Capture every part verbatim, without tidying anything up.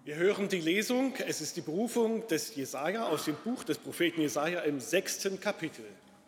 Wir hören die Lesung, es ist die Berufung des Jesaja aus dem Buch des Propheten Jesaja im sechsten Kapitel.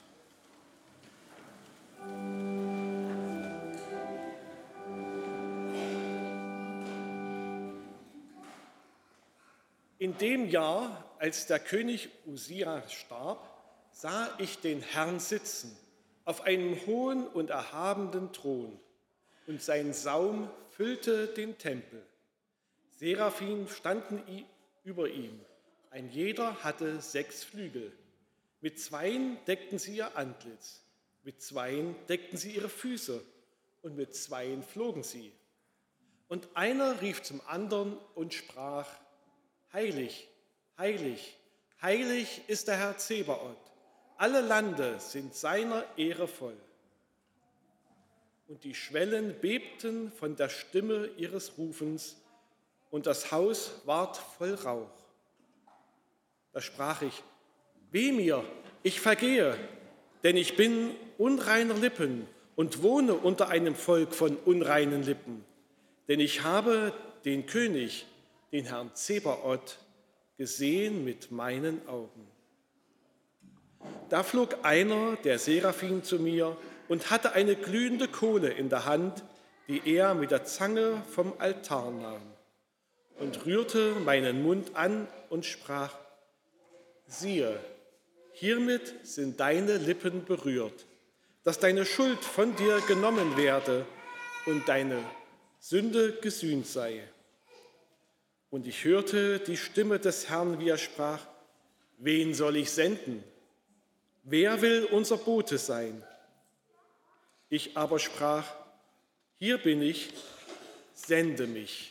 In dem Jahr, als der König Usia starb, sah ich den Herrn sitzen auf einem hohen und erhabenen Thron, und sein Saum füllte den Tempel. Seraphim standen über ihm, ein jeder hatte sechs Flügel. Mit zweien deckten sie ihr Antlitz, mit zweien deckten sie ihre Füße und mit zweien flogen sie. Und einer rief zum anderen und sprach: Heilig, heilig, heilig ist der Herr Zebaoth. Alle Lande sind seiner Ehre voll. Und die Schwellen bebten von der Stimme ihres Rufens, und das Haus ward voll Rauch. Da sprach ich: Weh mir, ich vergehe, denn ich bin unreiner Lippen und wohne unter einem Volk von unreinen Lippen. Denn ich habe den König, den Herrn Zebaoth, gesehen mit meinen Augen. Da flog einer der Seraphim zu mir und hatte eine glühende Kohle in der Hand, die er mit der Zange vom Altar nahm, und rührte meinen Mund an und sprach: Siehe, hiermit sind deine Lippen berührt, dass deine Schuld von dir genommen werde und deine Sünde gesühnt sei. Und ich hörte die Stimme des Herrn, wie er sprach: Wen soll ich senden? Wer will unser Bote sein? Ich aber sprach: Hier bin ich, sende mich.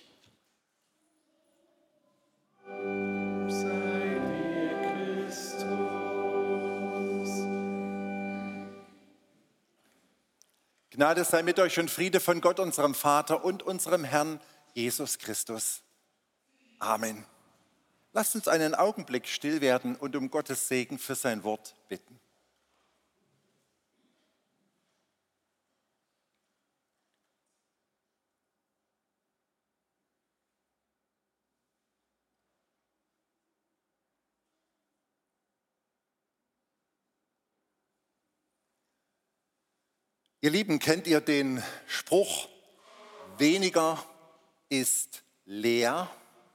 Sei dir Christus. Gnade sei mit euch und Friede von Gott, unserem Vater und unserem Herrn Jesus Christus. Amen. Lasst uns einen Augenblick still werden und um Gottes Segen für sein Wort bitten. Ihr Lieben, kennt ihr den Spruch: Weniger ist leer?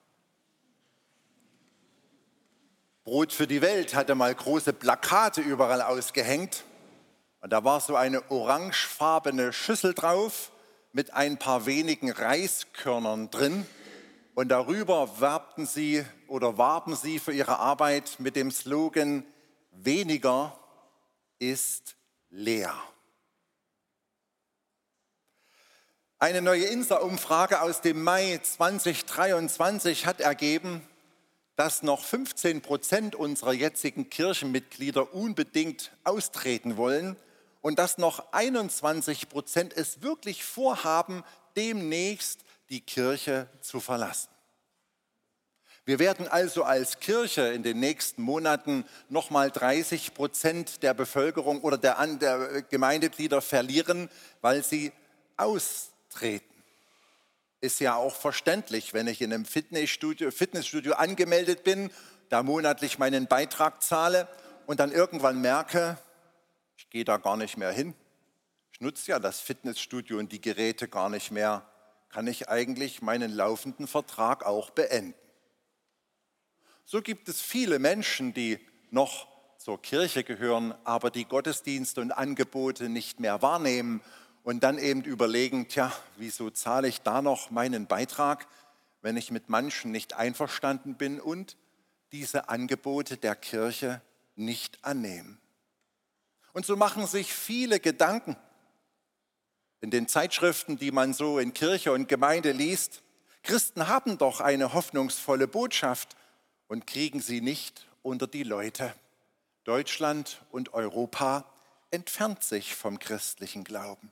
Brot für die Welt hatte mal große Plakate überall ausgehängt. Und da war so eine orangefarbene Schüssel drauf mit ein paar wenigen Reiskörnern drin. Und darüber werbten sie oder warben sie für ihre Arbeit mit dem Slogan: Weniger ist leer. Eine neue INSA-Umfrage aus dem Mai zweitausenddreiundzwanzig hat ergeben, dass noch fünfzehn Prozent unserer jetzigen Kirchenmitglieder unbedingt austreten wollen und dass noch einundzwanzig Prozent es wirklich vorhaben, demnächst die Kirche zu verlassen. Wir werden also als Kirche in den nächsten Monaten nochmal dreißig Prozent der Bevölkerung oder der, der Gemeindeglieder verlieren, weil sie austreten. Ist ja auch verständlich, wenn ich in einem Fitnessstudio, Fitnessstudio angemeldet bin, da monatlich meinen Beitrag zahle und dann irgendwann merke, ich gehe da gar nicht mehr hin. Ich nutze ja das Fitnessstudio und die Geräte gar nicht mehr. Kann ich eigentlich meinen laufenden Vertrag auch beenden? So gibt es viele Menschen, die noch zur Kirche gehören, aber die Gottesdienste und Angebote nicht mehr wahrnehmen und dann eben überlegen, tja, wieso zahle ich da noch meinen Beitrag, wenn ich mit manchen nicht einverstanden bin und diese Angebote der Kirche nicht annehmen. Und so machen sich viele Gedanken in den Zeitschriften, die man so in Kirche und Gemeinde liest. Christen haben doch eine hoffnungsvolle Botschaft und kriegen sie nicht unter die Leute. Deutschland und Europa entfernt sich vom christlichen Glauben.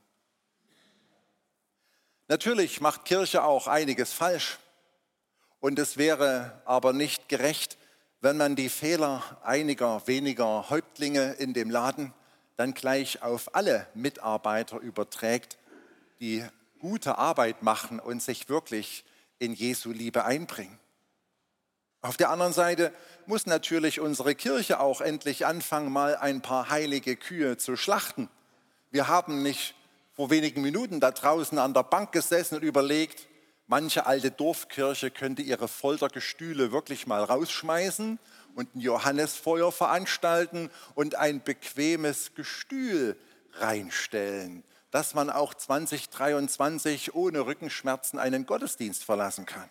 Natürlich macht Kirche auch einiges falsch und es wäre aber nicht gerecht, wenn man die Fehler einiger weniger Häuptlinge in dem Laden dann gleich auf alle Mitarbeiter überträgt, die gute Arbeit machen und sich wirklich in Jesu Liebe einbringen. Auf der anderen Seite muss natürlich unsere Kirche auch endlich anfangen, mal ein paar heilige Kühe zu schlachten. Wir haben nicht vor wenigen Minuten da draußen an der Bank gesessen und überlegt, manche alte Dorfkirche könnte ihre Foltergestühle wirklich mal rausschmeißen und ein Johannesfeuer veranstalten und ein bequemes Gestühl reinstellen, dass man auch zwanzig dreiundzwanzig ohne Rückenschmerzen einen Gottesdienst verlassen kann.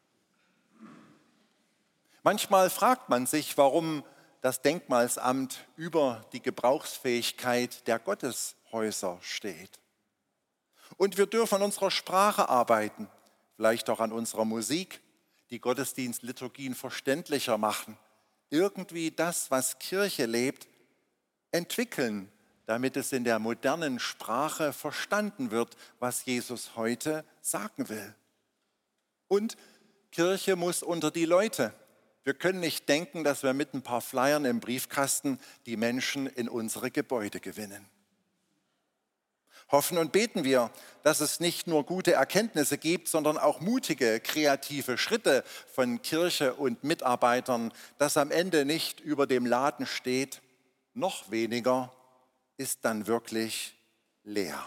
Manchmal fragt man sich, warum das Denkmalsamt über die Gebrauchsfähigkeit der Gotteshäuser steht. Und wir dürfen an unserer Sprache arbeiten, vielleicht auch an unserer Musik, die Gottesdienstliturgien verständlicher machen. Irgendwie das, was Kirche lebt, entwickeln, damit es in der modernen Sprache verstanden wird, was Jesus heute sagen will. Und Kirche muss unter die Leute. Wir können nicht denken, dass wir mit ein paar Flyern im Briefkasten die Menschen in unsere Gebäude gewinnen. Hoffen und beten wir, dass es nicht nur gute Erkenntnisse gibt, sondern auch mutige, kreative Schritte von Kirche und Mitarbeitern, dass am Ende nicht über dem Laden steht, noch weniger ist dann wirklich leer.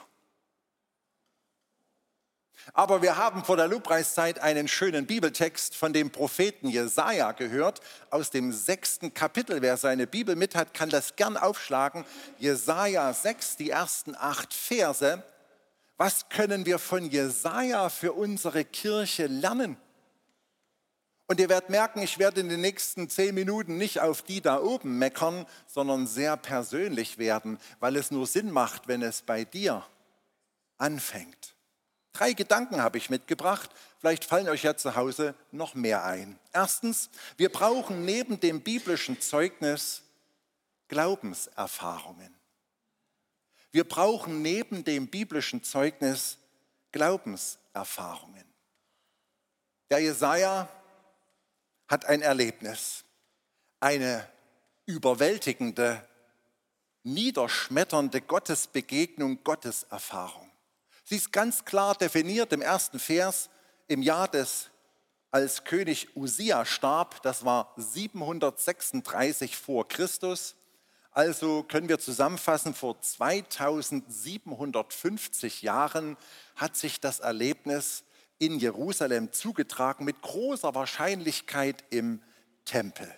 Aber wir haben vor der Lobpreiszeit einen schönen Bibeltext von dem Propheten Jesaja gehört, aus dem sechsten Kapitel. Wer seine Bibel mit hat, kann das gern aufschlagen. Jesaja sechs, die ersten acht Verse. Was können wir von Jesaja für unsere Kirche lernen? Und ihr werdet merken, ich werde in den nächsten zehn Minuten nicht auf die da oben meckern, sondern sehr persönlich werden, weil es nur Sinn macht, wenn es bei dir anfängt. Drei Gedanken habe ich mitgebracht. Vielleicht fallen euch ja zu Hause noch mehr ein. Erstens, wir brauchen neben dem biblischen Zeugnis Glaubenserfahrungen. Wir brauchen neben dem biblischen Zeugnis Glaubenserfahrungen. Der Jesaja hat ein Erlebnis, eine überwältigende, niederschmetternde Gottesbegegnung, Gotteserfahrung. Sie ist ganz klar definiert im ersten Vers im Jahr des, als König Usia starb, das war siebenhundertsechsunddreißig vor Christus. Also können wir zusammenfassen, vor zweitausendsiebenhundertfünfzig Jahren hat sich das Erlebnis in Jerusalem zugetragen, mit großer Wahrscheinlichkeit im Tempel.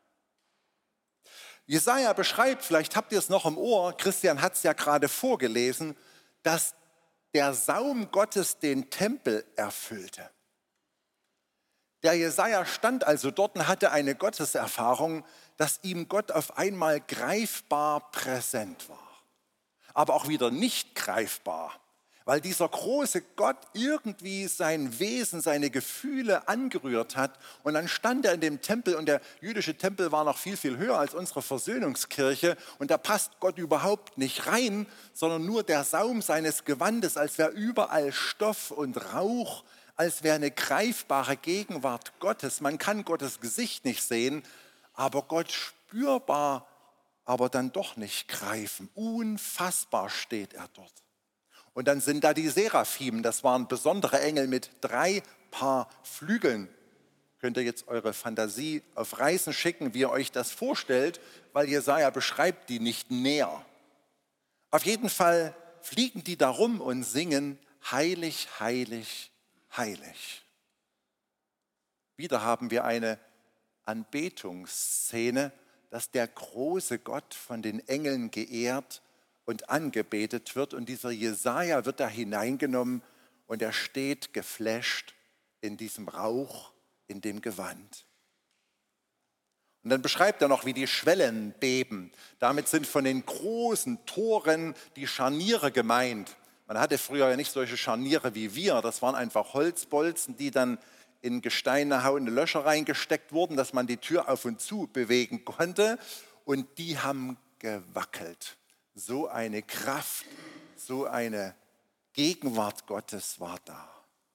Jesaja beschreibt, vielleicht habt ihr es noch im Ohr, Christian hat es ja gerade vorgelesen, dass der Saum Gottes den Tempel erfüllte. Der Jesaja stand also dort und hatte eine Gotteserfahrung, dass ihm Gott auf einmal greifbar präsent war. Aber auch wieder nicht greifbar, weil dieser große Gott irgendwie sein Wesen, seine Gefühle angerührt hat. Und dann stand er in dem Tempel und der jüdische Tempel war noch viel, viel höher als unsere Versöhnungskirche. Und da passt Gott überhaupt nicht rein, sondern nur der Saum seines Gewandes, als wäre überall Stoff und Rauch, als wäre eine greifbare Gegenwart Gottes. Man kann Gottes Gesicht nicht sehen, aber Gott spürbar, aber dann doch nicht greifen. Unfassbar steht er dort. Und dann sind da die Seraphim, das waren besondere Engel mit drei Paar Flügeln. Könnt ihr jetzt eure Fantasie auf Reisen schicken, wie ihr euch das vorstellt, weil Jesaja beschreibt die nicht näher. Auf jeden Fall fliegen die da rum und singen heilig, heilig, heilig. Wieder haben wir eine Anbetungsszene, dass der große Gott von den Engeln geehrt und angebetet wird. Und dieser Jesaja wird da hineingenommen und er steht geflasht in diesem Rauch, in dem Gewand. Und dann beschreibt er noch, wie die Schwellen beben. Damit sind von den großen Toren die Scharniere gemeint. Man hatte früher ja nicht solche Scharniere wie wir. Das waren einfach Holzbolzen, die dann in gesteinehauende Löcher reingesteckt wurden, dass man die Tür auf und zu bewegen konnte. Und die haben gewackelt. So eine Kraft, so eine Gegenwart Gottes war da.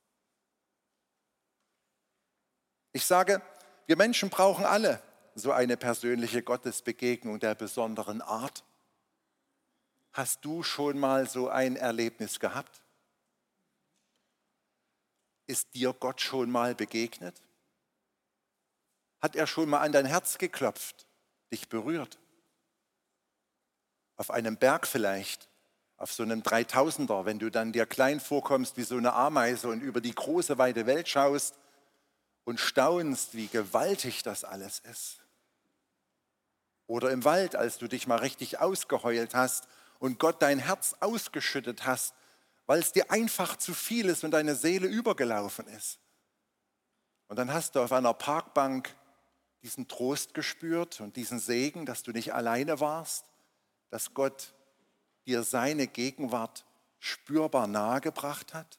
Ich sage, wir Menschen brauchen alle so eine persönliche Gottesbegegnung der besonderen Art. Hast du schon mal so ein Erlebnis gehabt? Ist dir Gott schon mal begegnet? Hat er schon mal an dein Herz geklopft, dich berührt? Auf einem Berg vielleicht, auf so einem Dreitausender, wenn du dann dir klein vorkommst wie so eine Ameise und über die große, weite Welt schaust und staunst, wie gewaltig das alles ist. Oder im Wald, als du dich mal richtig ausgeheult hast und Gott dein Herz ausgeschüttet hast, weil es dir einfach zu viel ist und deine Seele übergelaufen ist. Und dann hast du auf einer Parkbank diesen Trost gespürt und diesen Segen, dass du nicht alleine warst, dass Gott dir seine Gegenwart spürbar nahegebracht hat.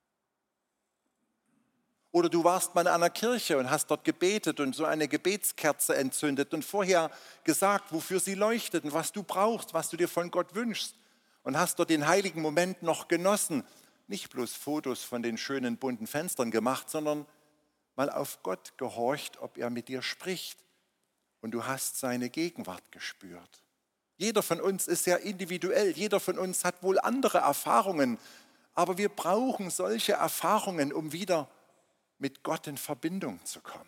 Oder du warst mal in einer Kirche und hast dort gebetet und so eine Gebetskerze entzündet und vorher gesagt, wofür sie leuchtet und was du brauchst, was du dir von Gott wünschst. Und hast dort den heiligen Moment noch genossen. Nicht bloß Fotos von den schönen bunten Fenstern gemacht, sondern mal auf Gott gehorcht, ob er mit dir spricht. Und du hast seine Gegenwart gespürt. Jeder von uns ist sehr individuell. Jeder von uns hat wohl andere Erfahrungen. Aber wir brauchen solche Erfahrungen, um wieder mit Gott in Verbindung zu kommen.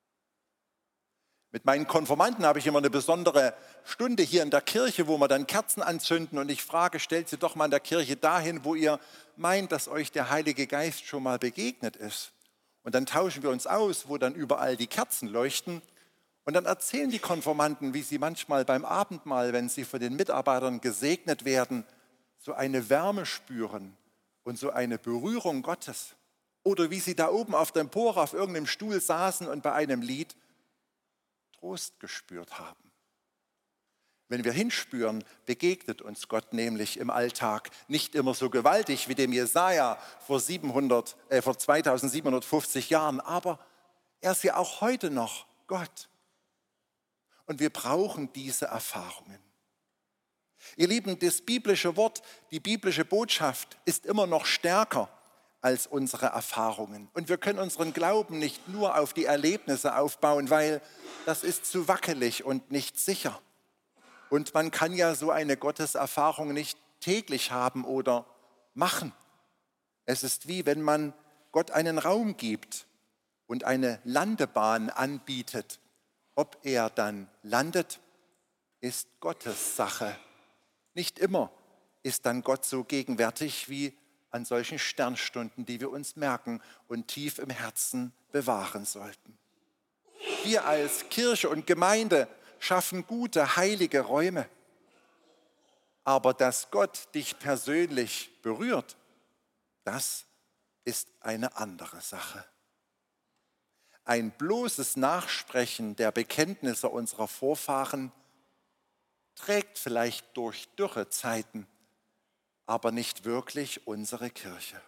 Mit meinen Konfirmanden habe ich immer eine besondere Stunde hier in der Kirche, wo wir dann Kerzen anzünden und ich frage, stellt sie doch mal in der Kirche dahin, wo ihr meint, dass euch der Heilige Geist schon mal begegnet ist. Und dann tauschen wir uns aus, wo dann überall die Kerzen leuchten. Und dann erzählen die Konfirmanden, wie sie manchmal beim Abendmahl, wenn sie von den Mitarbeitern gesegnet werden, so eine Wärme spüren und so eine Berührung Gottes. Oder wie sie da oben auf der Empore auf irgendeinem Stuhl saßen und bei einem Lied Trost gespürt haben. Wenn wir hinspüren, begegnet uns Gott nämlich im Alltag nicht immer so gewaltig wie dem Jesaja vor, siebenhundert, äh, vor zweitausendsiebenhundertfünfzig Jahren, aber er ist ja auch heute noch Gott. Und wir brauchen diese Erfahrungen. Ihr Lieben, das biblische Wort, die biblische Botschaft ist immer noch stärker als unsere Erfahrungen. Und wir können unseren Glauben nicht nur auf die Erlebnisse aufbauen, weil das ist zu wackelig und nicht sicher. Und man kann ja so eine Gotteserfahrung nicht täglich haben oder machen. Es ist wie wenn man Gott einen Raum gibt und eine Landebahn anbietet. Ob er dann landet, ist Gottes Sache. Nicht immer ist dann Gott so gegenwärtig wie an solchen Sternstunden, die wir uns merken und tief im Herzen bewahren sollten. Wir als Kirche und Gemeinde schaffen gute, heilige Räume. Aber dass Gott dich persönlich berührt, das ist eine andere Sache. Ein bloßes Nachsprechen der Bekenntnisse unserer Vorfahren trägt vielleicht durch Dürrezeiten, aber nicht wirklich unsere Kirche.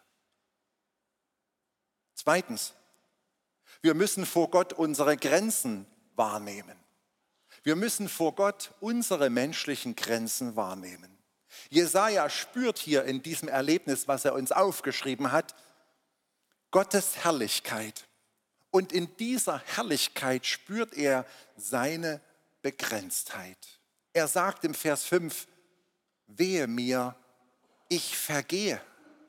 Zweitens, wir müssen vor Gott unsere Grenzen wahrnehmen. Wir müssen vor Gott unsere menschlichen Grenzen wahrnehmen. Jesaja spürt hier in diesem Erlebnis, was er uns aufgeschrieben hat, Gottes Herrlichkeit. Und in dieser Herrlichkeit spürt er seine Begrenztheit. Er sagt im Vers fünf, wehe mir, ich vergehe.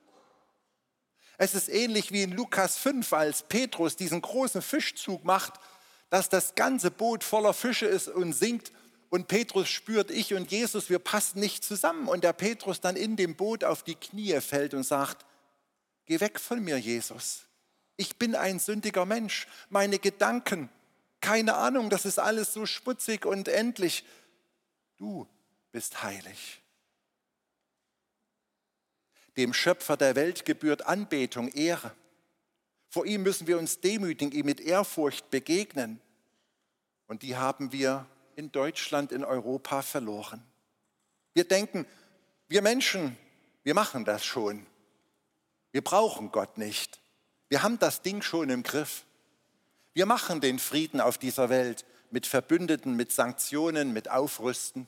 Es ist ähnlich wie in Lukas fünf, als Petrus diesen großen Fischzug macht, dass das ganze Boot voller Fische ist und sinkt. Und Petrus spürt, ich und Jesus, wir passen nicht zusammen. Und der Petrus dann in dem Boot auf die Knie fällt und sagt, geh weg von mir, Jesus. Ich bin ein sündiger Mensch. Meine Gedanken, keine Ahnung, das ist alles so schmutzig und endlich. Du bist heilig. Dem Schöpfer der Welt gebührt Anbetung, Ehre. Vor ihm müssen wir uns demütigen, ihm mit Ehrfurcht begegnen. Und die haben wir in Deutschland, in Europa verloren. Wir denken, wir Menschen, wir machen das schon. Wir brauchen Gott nicht. Wir haben das Ding schon im Griff. Wir machen den Frieden auf dieser Welt mit Verbündeten, mit Sanktionen, mit Aufrüsten.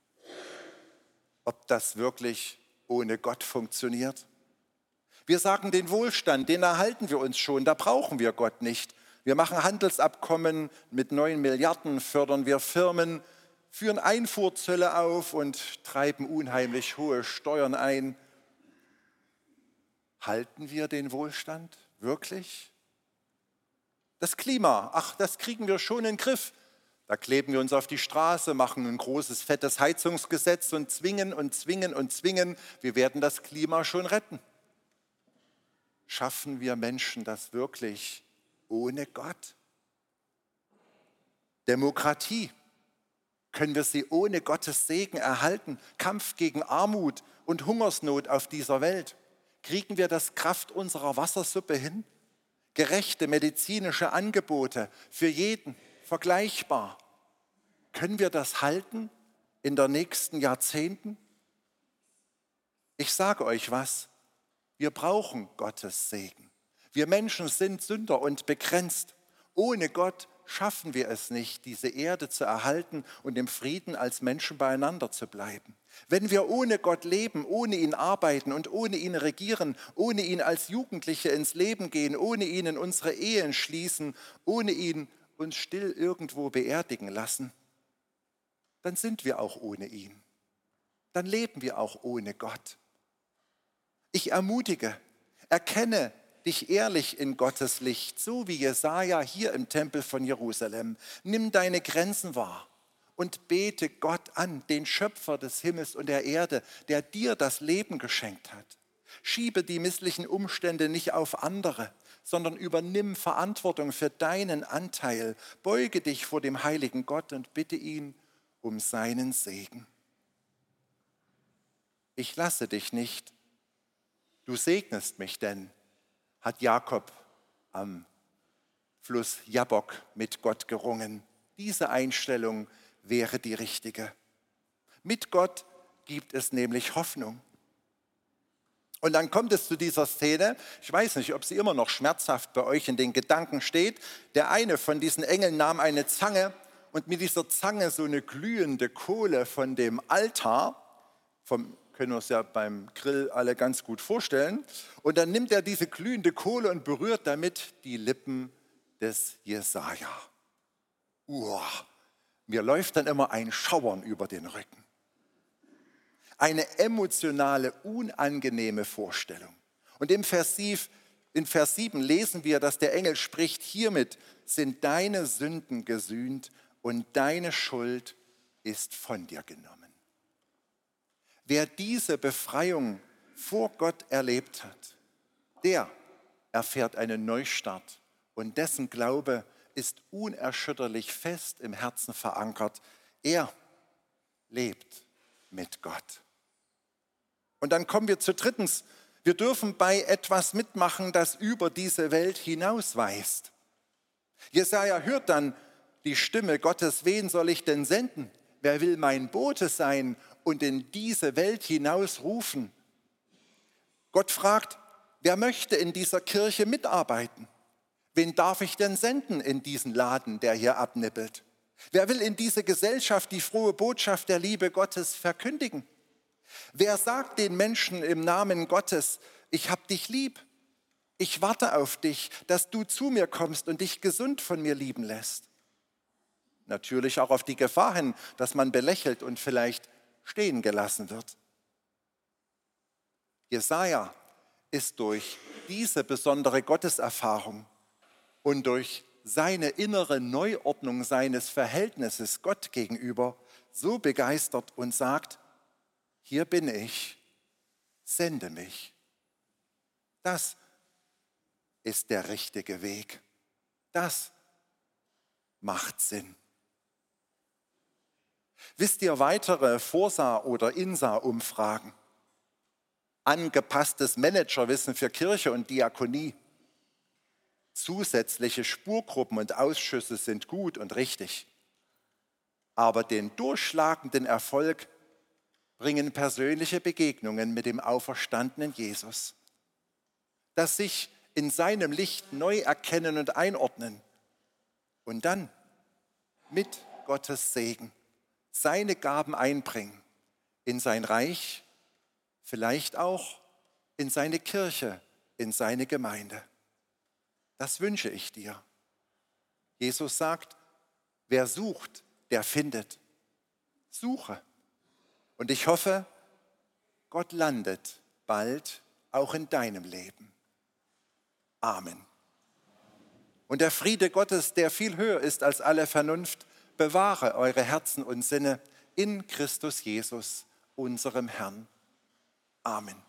Ob das wirklich ohne Gott funktioniert? Wir sagen, den Wohlstand, den erhalten wir uns schon, da brauchen wir Gott nicht. Wir machen Handelsabkommen mit neun Milliarden, fördern wir Firmen, führen Einfuhrzölle auf und treiben unheimlich hohe Steuern ein. Halten wir den Wohlstand wirklich? Das Klima, ach, das kriegen wir schon in den Griff. Da kleben wir uns auf die Straße, machen ein großes, fettes Heizungsgesetz und zwingen und zwingen und zwingen. Wir werden das Klima schon retten. Schaffen wir Menschen das wirklich ohne Gott? Demokratie, können wir sie ohne Gottes Segen erhalten? Kampf gegen Armut und Hungersnot auf dieser Welt. Kriegen wir das Kraft unserer Wassersuppe hin? Gerechte medizinische Angebote für jeden, vergleichbar. Können wir das halten in den nächsten Jahrzehnten? Ich sage euch was, wir brauchen Gottes Segen. Wir Menschen sind Sünder und begrenzt. Ohne Gott schaffen wir es nicht, diese Erde zu erhalten und im Frieden als Menschen beieinander zu bleiben. Wenn wir ohne Gott leben, ohne ihn arbeiten und ohne ihn regieren, ohne ihn als Jugendliche ins Leben gehen, ohne ihn in unsere Ehen schließen, ohne ihn uns still irgendwo beerdigen lassen, dann sind wir auch ohne ihn. Dann leben wir auch ohne Gott. Ich ermutige, erkenne dich ehrlich in Gottes Licht, so wie Jesaja hier im Tempel von Jerusalem. Nimm deine Grenzen wahr und bete Gott an, den Schöpfer des Himmels und der Erde, der dir das Leben geschenkt hat. Schiebe die misslichen Umstände nicht auf andere, sondern übernimm Verantwortung für deinen Anteil. Beuge dich vor dem heiligen Gott und bitte ihn um seinen Segen. Ich lasse dich nicht, du segnest mich denn, hat Jakob am Fluss Jabbok mit Gott gerungen. Diese Einstellung wäre die richtige. Mit Gott gibt es nämlich Hoffnung. Und dann kommt es zu dieser Szene, ich weiß nicht, ob sie immer noch schmerzhaft bei euch in den Gedanken steht. Der eine von diesen Engeln nahm eine Zange und mit dieser Zange so eine glühende Kohle von dem Altar, vom können wir uns ja beim Grill alle ganz gut vorstellen. Und dann nimmt er diese glühende Kohle und berührt damit die Lippen des Jesaja. Uah, mir läuft dann immer ein Schauern über den Rücken. Eine emotionale, unangenehme Vorstellung. Und im Vers sieben, in Vers sieben lesen wir, dass der Engel spricht, hiermit sind deine Sünden gesühnt und deine Schuld ist von dir genommen. Wer diese Befreiung vor Gott erlebt hat, der erfährt einen Neustart und dessen Glaube ist unerschütterlich fest im Herzen verankert. Er lebt mit Gott. Und dann kommen wir zu drittens. Wir dürfen bei etwas mitmachen, das über diese Welt hinausweist. Jesaja hört dann die Stimme Gottes, wen soll ich denn senden? Wer will mein Bote sein und in diese Welt hinausrufen? Gott fragt, wer möchte in dieser Kirche mitarbeiten? Wen darf ich denn senden in diesen Laden, der hier abnippelt? Wer will in diese Gesellschaft die frohe Botschaft der Liebe Gottes verkündigen? Wer sagt den Menschen im Namen Gottes, ich hab dich lieb, ich warte auf dich, dass du zu mir kommst und dich gesund von mir lieben lässt? Natürlich auch auf die Gefahr hin, dass man belächelt und vielleicht stehen gelassen wird. Jesaja ist durch diese besondere Gotteserfahrung und durch seine innere Neuordnung seines Verhältnisses Gott gegenüber so begeistert und sagt, hier bin ich, sende mich. Das ist der richtige Weg. Das macht Sinn. Wisst ihr weitere Forsa- oder Insa-Umfragen? Angepasstes Managerwissen für Kirche und Diakonie. Zusätzliche Spurgruppen und Ausschüsse sind gut und richtig. Aber den durchschlagenden Erfolg bringen persönliche Begegnungen mit dem auferstandenen Jesus. Das sich in seinem Licht neu erkennen und einordnen und dann mit Gottes Segen seine Gaben einbringen in sein Reich, vielleicht auch in seine Kirche, in seine Gemeinde. Das wünsche ich dir. Jesus sagt, wer sucht, der findet. Suche. Und ich hoffe, Gott landet bald auch in deinem Leben. Amen. Und der Friede Gottes, der viel höher ist als alle Vernunft, bewahre eure Herzen und Sinne in Christus Jesus, unserem Herrn. Amen.